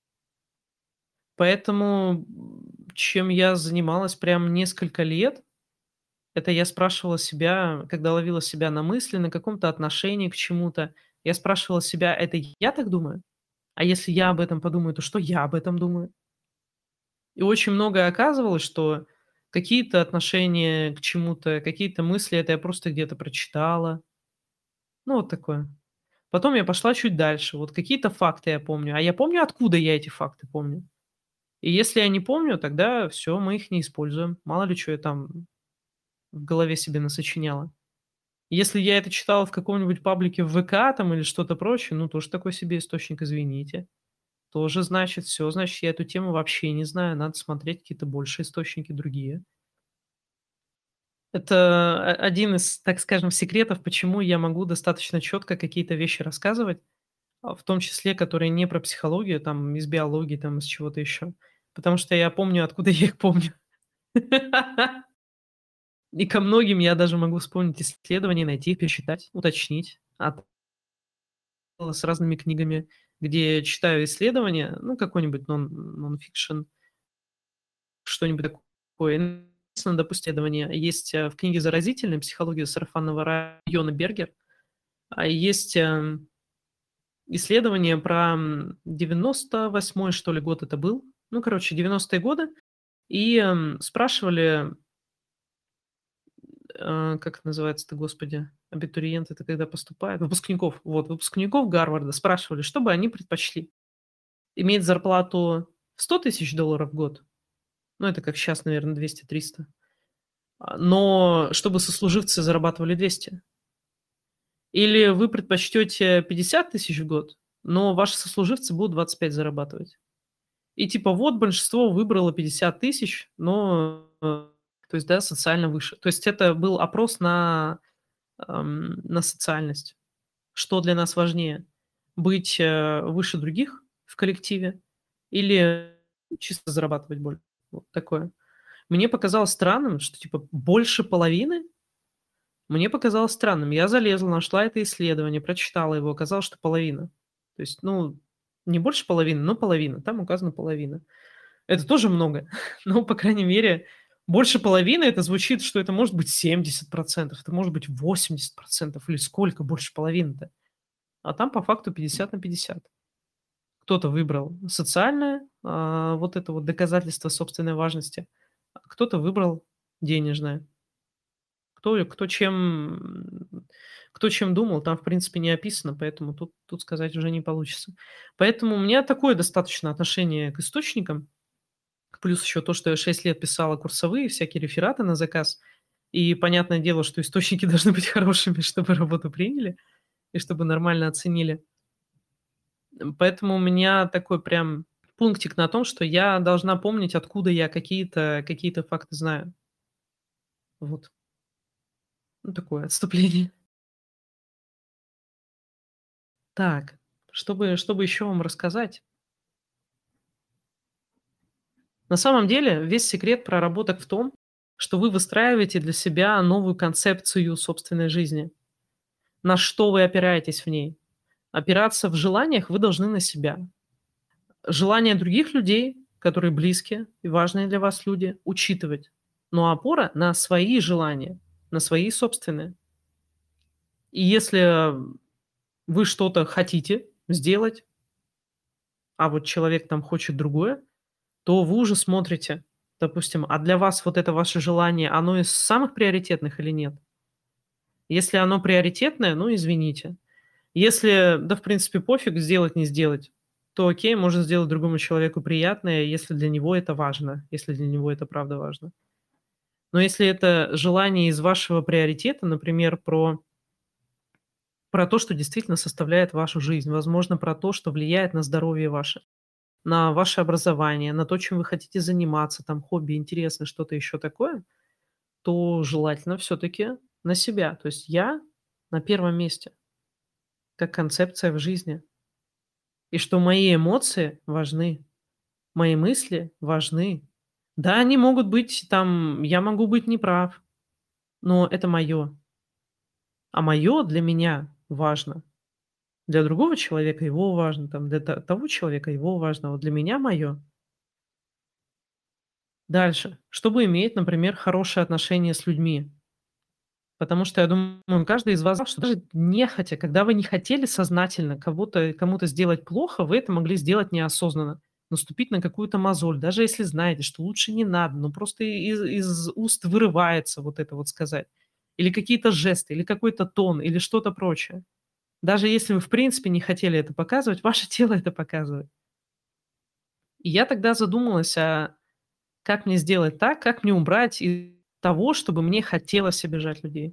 Поэтому, чем я занималась прям несколько лет, это я спрашивала себя, когда ловила себя на мысли, на каком-то отношении к чему-то, я спрашивала себя: "Это я так думаю? А если я об этом подумаю, то что я об этом думаю?" И очень многое оказывалось, что какие-то отношения к чему-то, какие-то мысли — это я просто где-то прочитала. Ну, вот такое. Потом я пошла чуть дальше. Вот какие-то факты я помню. А я помню, откуда я эти факты помню. И если я не помню, тогда все, мы их не используем. Мало ли что я там в голове себе насочиняла. Если я это читала в каком-нибудь паблике в ВК там или что-то прочее, ну, тоже такой себе источник, извините. Тоже, значит, все, значит, я эту тему вообще не знаю, надо смотреть какие-то больше источники другие. Это один из, так скажем, секретов, почему я могу достаточно четко какие-то вещи рассказывать, в том числе, которые не про психологию, там, из биологии, там, из чего-то еще. Потому что я помню, откуда я их помню. И ко многим я даже могу вспомнить исследования, найти их, пересчитать, уточнить. С разными книгами, где читаю исследования, ну, какой-нибудь нон-фикшн, что-нибудь такое. Написано, допустим, исследование есть, в книге "Заразительная. Психология сарафанного радио" Бергер, а есть, исследование про, 98 что ли, год это был. Ну, короче, 90-е годы. И, спрашивали, как это называется-то, господи, абитуриенты — это когда поступают? Выпускников, вот, выпускников Гарварда спрашивали, что бы они предпочли: иметь зарплату в 100 000 долларов в год, ну, это как сейчас, наверное, 200-300, но чтобы сослуживцы зарабатывали 200. Или вы предпочтете 50 000 в год, но ваши сослуживцы будут 25 зарабатывать. И типа вот большинство выбрало 50 000, но, то есть, да, социально выше. То есть это был опрос на социальность. Что для нас важнее? быть, выше других в коллективе или чисто зарабатывать больше. Вот такое. Мне показалось странным, что типа больше половины. Мне показалось странным. Я залезла, нашла это исследование, прочитала его. Оказалось, что половина. То есть, ну, не больше половины, но половина. Там указана половина. Это тоже много. Но, по крайней мере, больше половины — это звучит, что это может быть 70%, это может быть 80% или сколько больше половины-то? А там по факту 50 на 50. Кто-то выбрал социальное, вот это вот доказательство собственной важности, а кто-то выбрал денежное. Кто чем думал, там, в принципе, не описано, поэтому тут сказать уже не получится. Поэтому у меня такое достаточно отношение к источникам. Плюс еще то, что я 6 лет писала курсовые, всякие рефераты на заказ. И понятное дело, что источники должны быть хорошими, чтобы работу приняли и чтобы нормально оценили. Поэтому у меня такой прям пунктик на том, что я должна помнить, откуда я какие-то факты знаю. Вот. Ну, такое отступление. Так, чтобы еще вам рассказать. На самом деле весь секрет проработок в том, что вы выстраиваете для себя новую концепцию собственной жизни. На что вы опираетесь в ней? Опираться в желаниях вы должны на себя. Желания других людей, которые близкие и важные для вас люди, учитывать. Но опора на свои желания, на свои собственные. И если вы что-то хотите сделать, а вот человек там хочет другое, то вы уже смотрите, допустим, а для вас вот это ваше желание, оно из самых приоритетных или нет? Если оно приоритетное, ну, извините. Если, да, в принципе, пофиг, сделать, не сделать, то окей, можно сделать другому человеку приятное, если для него это важно, если для него это правда важно. Но если это желание из вашего приоритета, например, про то, что действительно составляет вашу жизнь, возможно, про то, что влияет на здоровье ваше, на ваше образование, на то, чем вы хотите заниматься, там, хобби, интересы, что-то еще такое, то желательно все-таки на себя. То есть я на первом месте, как концепция в жизни. И что мои эмоции важны, мои мысли важны. Да, они могут быть там, я могу быть неправ, но это мое. А мое для меня важно. Для другого человека его важно, там, для того человека его важно. Вот для меня мое. Дальше. Чтобы иметь, например, хорошие отношения с людьми. Потому что, я думаю, каждый из вас знал, что даже нехотя, когда вы не хотели сознательно кому-то сделать плохо, вы это могли сделать неосознанно. Наступить на какую-то мозоль, даже если знаете, что лучше не надо, но просто из уст вырывается вот это вот сказать. Или какие-то жесты, или какой-то тон, или что-то прочее. Даже если вы в принципе не хотели это показывать, ваше тело это показывает. И я тогда задумалась, а как мне сделать так, как мне убрать из того, чтобы мне хотелось обижать людей.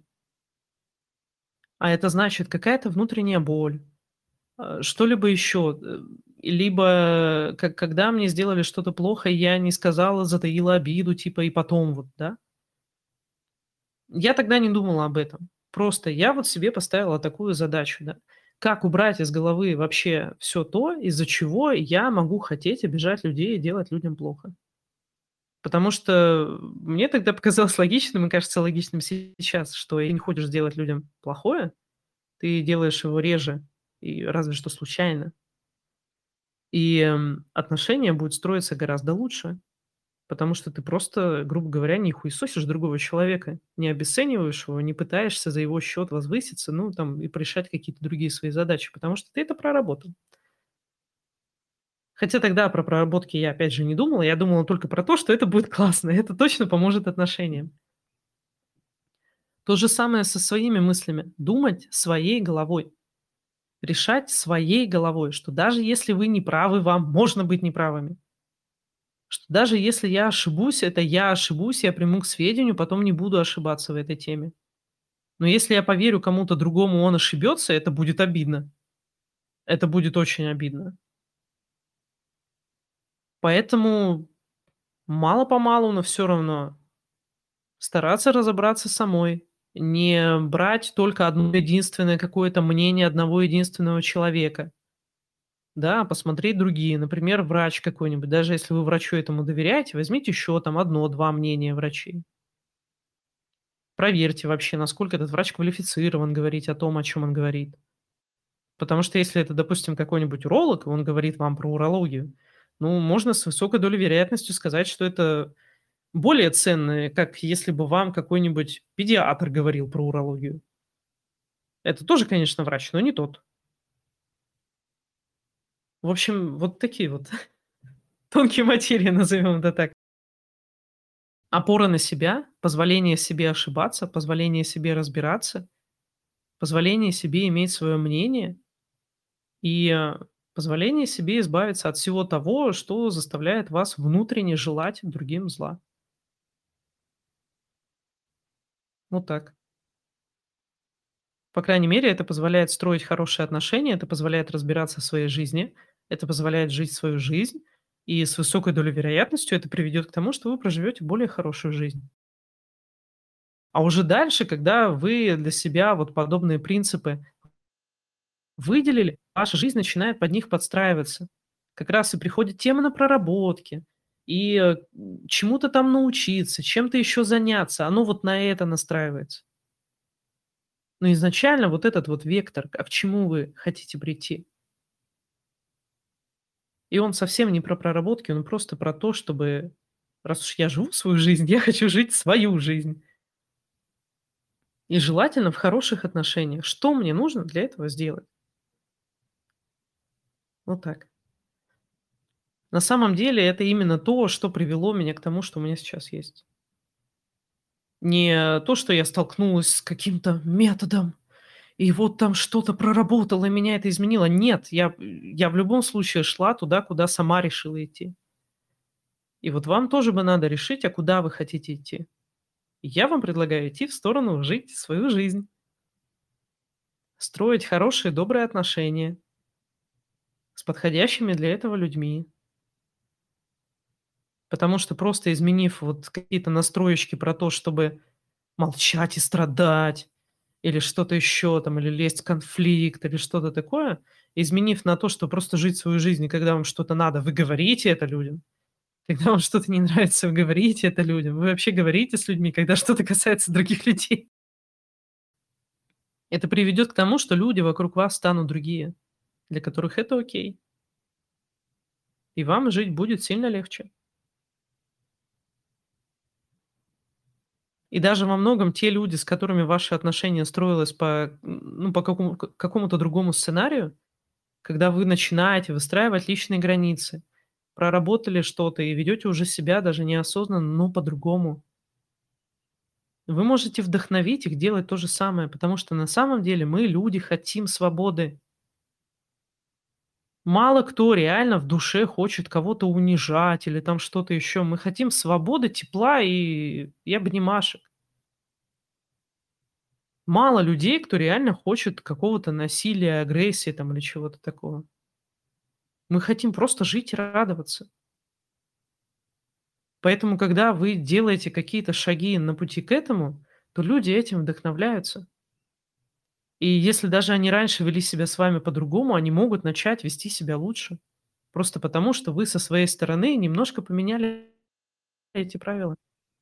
А это значит какая-то внутренняя боль, что-либо еще. Либо когда мне сделали что-то плохо, я не сказала, затаила обиду, типа, и потом вот, да. Я тогда не думала об этом. Просто я вот себе поставила такую задачу, да. Как убрать из головы вообще все то, из-за чего я могу хотеть обижать людей и делать людям плохо. Потому что мне тогда показалось логичным, и кажется логичным сейчас, что ты не хочешь делать людям плохое, ты делаешь его реже и разве что случайно. И, отношения будут строиться гораздо лучше, потому что ты просто, грубо говоря, не хуесосишь другого человека, не обесцениваешь его, не пытаешься за его счет возвыситься, ну, там, и порешать какие-то другие свои задачи, потому что ты это проработал. Хотя тогда про проработки я, опять же, не думала, я думала только про то, что это будет классно, и это точно поможет отношениям. То же самое со своими мыслями. Думать своей головой. Решать своей головой, что даже если вы не правы, вам можно быть неправыми. Что даже если я ошибусь, это я ошибусь, я приму к сведению, потом не буду ошибаться в этой теме. Но если я поверю кому-то другому, он ошибется, это будет обидно. Это будет очень обидно. Поэтому мало-помалу, но все равно стараться разобраться самой. Не брать только одно единственное какое-то мнение одного единственного человека. да, посмотреть другие. Например, врач какой-нибудь. Даже если вы врачу этому доверяете, возьмите еще там одно-два мнения врачей. Проверьте вообще, насколько этот врач квалифицирован говорить о том, о чем он говорит. Потому что если это, допустим, какой-нибудь уролог, и он говорит вам про урологию, ну, можно с высокой долей вероятностью сказать, что это более ценно, как если бы вам какой-нибудь педиатр говорил про урологию. Это тоже, конечно, врач, но не тот. В общем, вот такие вот тонкие материи, назовем это так. Опора на себя, позволение себе ошибаться, позволение себе разбираться, позволение себе иметь свое мнение и позволение себе избавиться от всего того, что заставляет вас внутренне желать другим зла. Вот так. По крайней мере, это позволяет строить хорошие отношения, это позволяет разбираться в своей жизни, это позволяет жить свою жизнь, и с высокой долей вероятностью это приведет к тому, что вы проживете более хорошую жизнь. А уже дальше, когда вы для себя вот подобные принципы выделили, ваша жизнь начинает под них подстраиваться. Как раз и приходит тема на проработки, и чему-то там научиться, чем-то еще заняться. Оно вот на это настраивается. Но изначально вот этот вот вектор, а к чему вы хотите прийти. И он совсем не про проработки, он просто про то, чтобы раз уж я живу свою жизнь, я хочу жить свою жизнь. И желательно в хороших отношениях. Что мне нужно для этого сделать? Вот так. На самом деле это именно то, что привело меня к тому, что у меня сейчас есть. Не то, что я столкнулась с каким-то методом, и вот там что-то проработало, и меня это изменило. Нет, я в любом случае шла туда, куда сама решила идти. И вот вам тоже бы надо решить, а куда вы хотите идти. И я вам предлагаю идти в сторону жить свою жизнь, строить хорошие, добрые отношения с подходящими для этого людьми. Потому что просто изменив вот какие-то настроечки про то, чтобы молчать и страдать, или что-то еще там, или лезть в конфликт, или что-то такое, изменив на то, что просто жить свою жизнь, и когда вам что-то надо, вы говорите это людям. Когда вам что-то не нравится, вы говорите это людям. Вы вообще говорите с людьми, когда что-то касается других людей. Это приведет к тому, что люди вокруг вас станут другие, для которых это окей. И вам жить будет сильно легче. И даже во многом те люди, с которыми ваши отношения строились ну, по какому-то другому сценарию, когда вы начинаете выстраивать личные границы, проработали что-то и ведете уже себя даже неосознанно, но по-другому. Вы можете вдохновить их делать то же самое, потому что на самом деле мы, люди, хотим свободы. Мало кто реально в душе хочет кого-то унижать или там что-то еще. Мы хотим свободы, тепла и обнимашек. Мало людей, кто реально хочет какого-то насилия, агрессии там или чего-то такого. Мы хотим просто жить и радоваться. Поэтому, когда вы делаете какие-то шаги на пути к этому, то люди этим вдохновляются. И если даже они раньше вели себя с вами по-другому, они могут начать вести себя лучше. Просто потому, что вы со своей стороны немножко поменяли эти правила.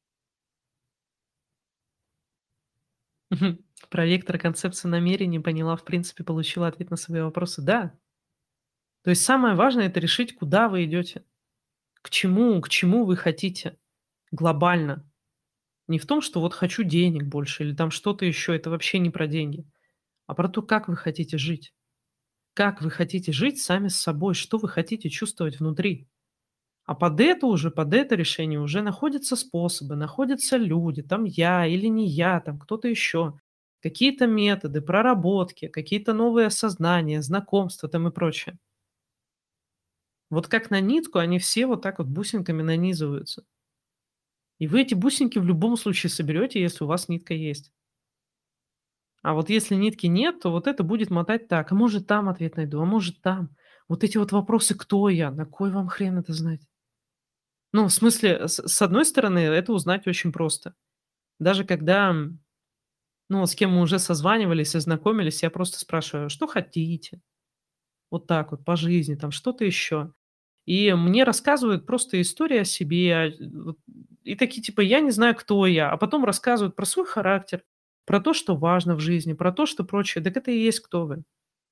Мгм. Про вектор концепции намерений поняла, в принципе, получила ответ на свои вопросы. Да, то есть самое важное — это решить, куда вы идете, к чему вы хотите глобально. Не в том, что вот хочу денег больше или там что-то еще. Это вообще не про деньги, а про то, как вы хотите жить. Как вы хотите жить сами с собой, что вы хотите чувствовать внутри. А под это решение уже находятся способы, находятся люди, там я или не я, там кто-то еще. Какие-то методы, проработки, какие-то новые осознания, знакомства там и прочее. Вот как на нитку они все вот так вот бусинками нанизываются. И вы эти бусинки в любом случае соберете, если у вас нитка есть. А вот если нитки нет, то вот это будет мотать так. А может там ответ найду, а может там. Вот эти вот вопросы, кто я, на кой вам хрен это знать? Ну, в смысле, с одной стороны, это узнать очень просто. Даже когда, ну, с кем мы уже созванивались и знакомились, я просто спрашиваю: "Что хотите?" Вот так вот по жизни, там что-то еще. И мне рассказывают просто истории о себе, вот, и такие типа: "Я не знаю, кто я", а потом рассказывают про свой характер, про то, что важно в жизни, про то, что прочее. Так это и есть кто вы.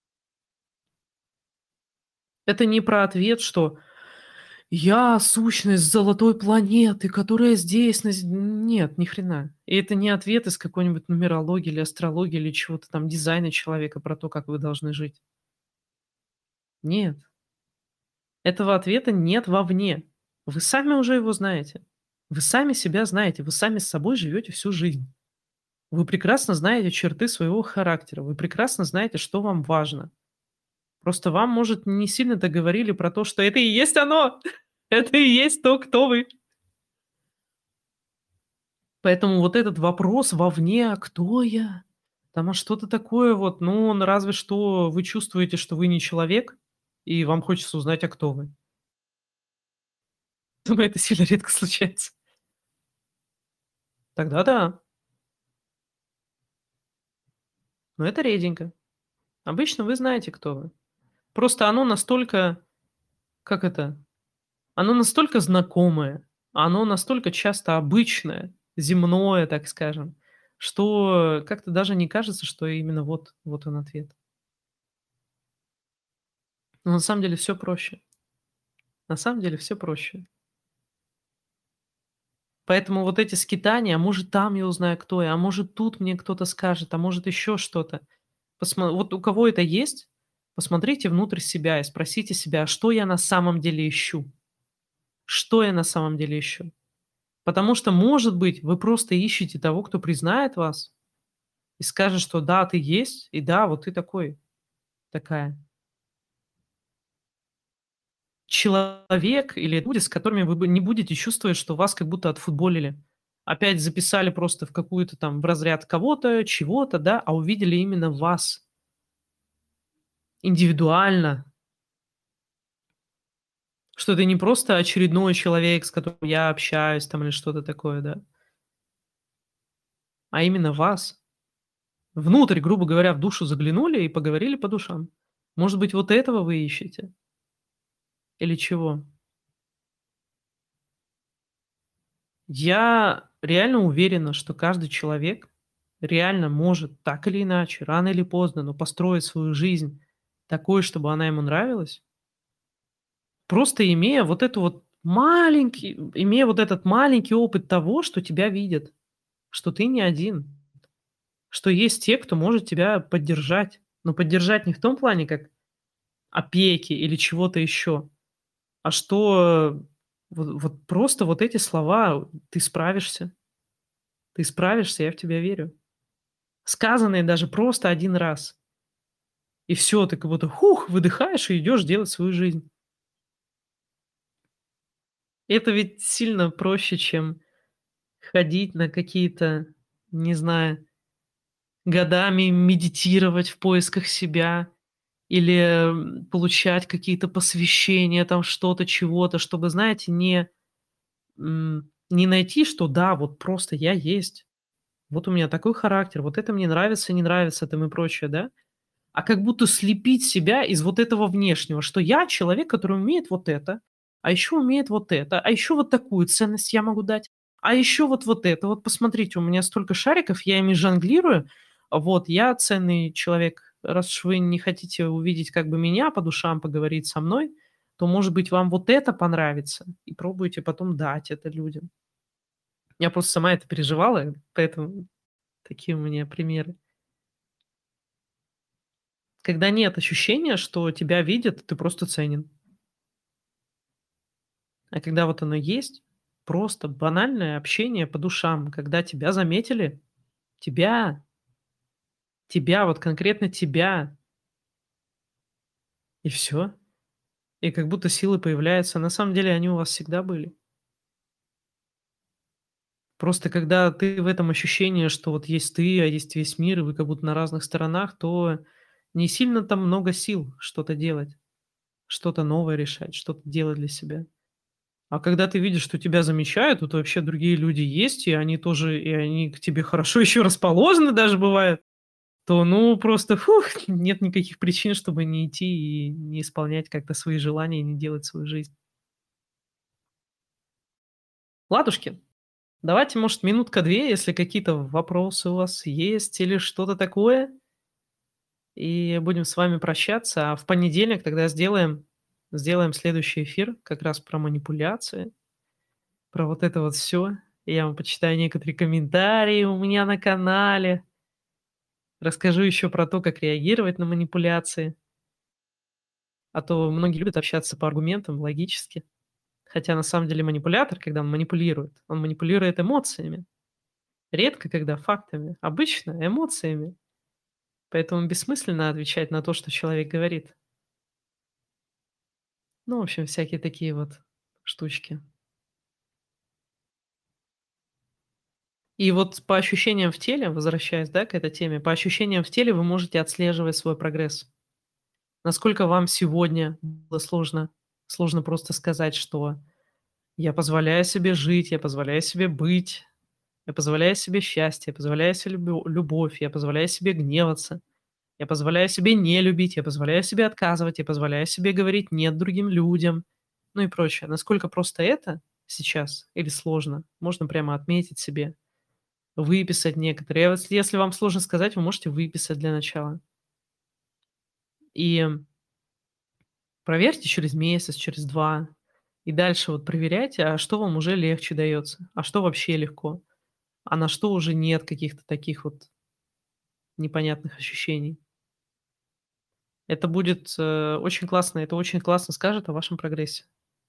Это не про ответ, что "я сущность золотой планеты, которая здесь на з". Нет, ни хрена. И это не ответ из какой-нибудь нумерологии или астрологии, или чего-то там, дизайна человека про то, как вы должны жить. Нет, этого ответа нет вовне. Вы сами уже его знаете. Вы сами себя знаете, вы сами с собой живете всю жизнь. Вы прекрасно знаете черты своего характера, вы прекрасно знаете, что вам важно. Просто вам, может, не сильно-то говорили про то, что это и есть оно, это и есть то, кто вы. Поэтому вот этот вопрос вовне: "А кто я?" Там, что-то такое вот, ну, он разве что вы чувствуете, что вы не человек, и вам хочется узнать, а кто вы. Думаю, это сильно редко случается. Тогда да, но это реденько. Обычно вы знаете, кто вы. Просто оно настолько, как это, оно настолько знакомое, оно настолько часто обычное, земное, так скажем, что как-то даже не кажется, что именно вот он ответ. Но на самом деле все проще. На самом деле все проще. Поэтому вот эти скитания, а может, там я узнаю, кто я, а может, тут мне кто-то скажет, а может, еще что-то. Вот у кого это есть, посмотрите внутрь себя и спросите себя: "А что я на самом деле ищу? Что я на самом деле ищу?" Потому что, может быть, вы просто ищете того, кто признает вас и скажет, что да, ты есть, и да, вот ты такой, такая. Человек или люди, с которыми вы бы не будете чувствовать, что вас как будто отфутболили. Опять записали просто в какую-то там в разряд кого-то, чего-то, да, а увидели именно вас индивидуально, что это не просто очередной человек, с которым я общаюсь там или что-то такое, да, а именно вас. Внутрь, грубо говоря, в душу заглянули и поговорили по душам. Может быть, вот этого вы ищете? Или чего? Я реально уверена, что каждый человек реально может так или иначе, рано или поздно, но построить свою жизнь такой, чтобы она ему нравилась, просто имея вот этот маленький опыт того, что тебя видят, что ты не один, что есть те, кто может тебя поддержать. Но поддержать не в том плане, как опеки или чего-то еще, а что вот просто вот эти слова: ты справишься, я в тебя верю. Сказанные даже просто один раз. И все, ты как будто хух, выдыхаешь и идешь делать свою жизнь. Это ведь сильно проще, чем ходить на какие-то, не знаю, годами медитировать в поисках себя или, получать какие-то посвящения, там что-то, чего-то, чтобы, знаете, не найти, что да, вот просто я есть, вот у меня такой характер, вот это мне нравится, не нравится там и прочее, да. А как будто слепить себя из вот этого внешнего, что я человек, который умеет вот это, а еще умеет вот это, а еще вот такую ценность я могу дать, а еще вот это. Вот посмотрите, у меня столько шариков, я ими жонглирую. Вот, я ценный человек. Раз уж вы не хотите увидеть как бы меня по душам, поговорить со мной, то, может быть, вам вот это понравится, и пробуйте потом дать это людям. Я просто сама это переживала, поэтому такие у меня примеры. Когда нет ощущения, что тебя видят, ты просто ценен. А когда вот оно есть, просто банальное общение по душам, когда тебя заметили, тебя, тебя, вот конкретно тебя, и все. И как будто силы появляются. На самом деле они у вас всегда были. Просто когда ты в этом ощущении, что вот есть ты, а есть весь мир, и вы как будто на разных сторонах, то не сильно там много сил что-то делать, что-то новое решать, что-то делать для себя. А когда ты видишь, что тебя замечают, тут вообще другие люди есть, и они тоже, и они к тебе хорошо еще расположены даже бывают, то, ну, просто, фух, нет никаких причин, чтобы не идти и не исполнять как-то свои желания, не делать свою жизнь. Ладушки, давайте, может, минутка-две, если какие-то вопросы у вас есть или что-то такое, и будем с вами прощаться. А в понедельник тогда сделаем следующий эфир как раз про манипуляции, про вот это вот все. Я вам почитаю некоторые комментарии у меня на канале, расскажу еще про то, как реагировать на манипуляции. А то многие любят общаться по аргументам, логически. Хотя на самом деле манипулятор, когда он манипулирует эмоциями. Редко когда фактами, обычно эмоциями. Поэтому бессмысленно отвечать на то, что человек говорит. Ну, в общем, всякие такие вот штучки. И вот по ощущениям в теле, возвращаясь, да, к этой теме, по ощущениям в теле вы можете отслеживать свой прогресс. Насколько вам сегодня было сложно просто сказать, что я позволяю себе жить, я позволяю себе быть, я позволяю себе счастье, я позволяю себе любовь, я позволяю себе гневаться, я позволяю себе не любить, я позволяю себе отказывать, я позволяю себе говорить "нет" другим людям, ну и прочее. Насколько просто это сейчас или сложно, можно прямо отметить себе, выписать некоторые. Если вам сложно сказать, вы можете выписать для начала. И проверьте через месяц, через 2, и дальше вот проверяйте, а что вам уже легче дается, а что вообще легко, а на что уже нет каких-то таких вот непонятных ощущений. Это будет, очень классно, это очень классно скажет о вашем прогрессе.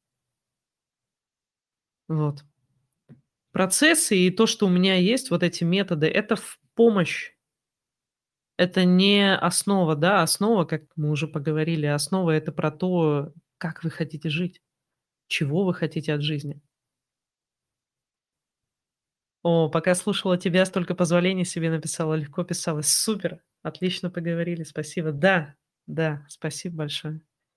Вот. Процессы и то, что у меня есть, вот эти методы — это в помощь. Это не основа, да. Основа, как мы уже поговорили, основа — это про то, как вы хотите жить, чего вы хотите от жизни. О, пока слушала тебя, столько позволений себе написала, легко писалось. Супер, отлично поговорили, спасибо. Да, да, спасибо большое.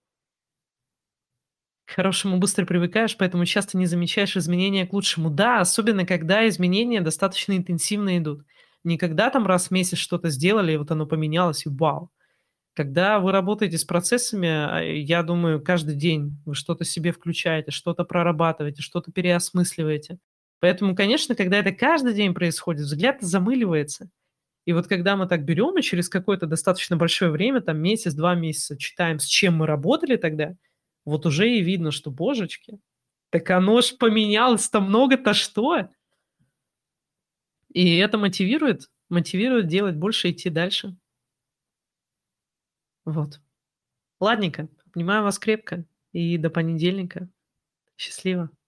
К хорошему быстро привыкаешь, поэтому часто не замечаешь изменения к лучшему. Да, особенно когда изменения достаточно интенсивно идут. Не когда там раз в месяц что-то сделали, и вот оно поменялось, и вау. Когда вы работаете с процессами, я думаю, каждый день вы что-то себе включаете, что-то прорабатываете, что-то переосмысливаете. Поэтому, конечно, когда это каждый день происходит, взгляд замыливается. И вот когда мы так берем и через какое-то достаточно большое время, там месяц, 2 месяца, читаем, с чем мы работали тогда, вот уже и видно, что, божечки, так оно ж поменялось-то много-то что. И это мотивирует делать больше, идти дальше. Вот. Ладненько, обнимаю вас крепко и до понедельника. Счастливо.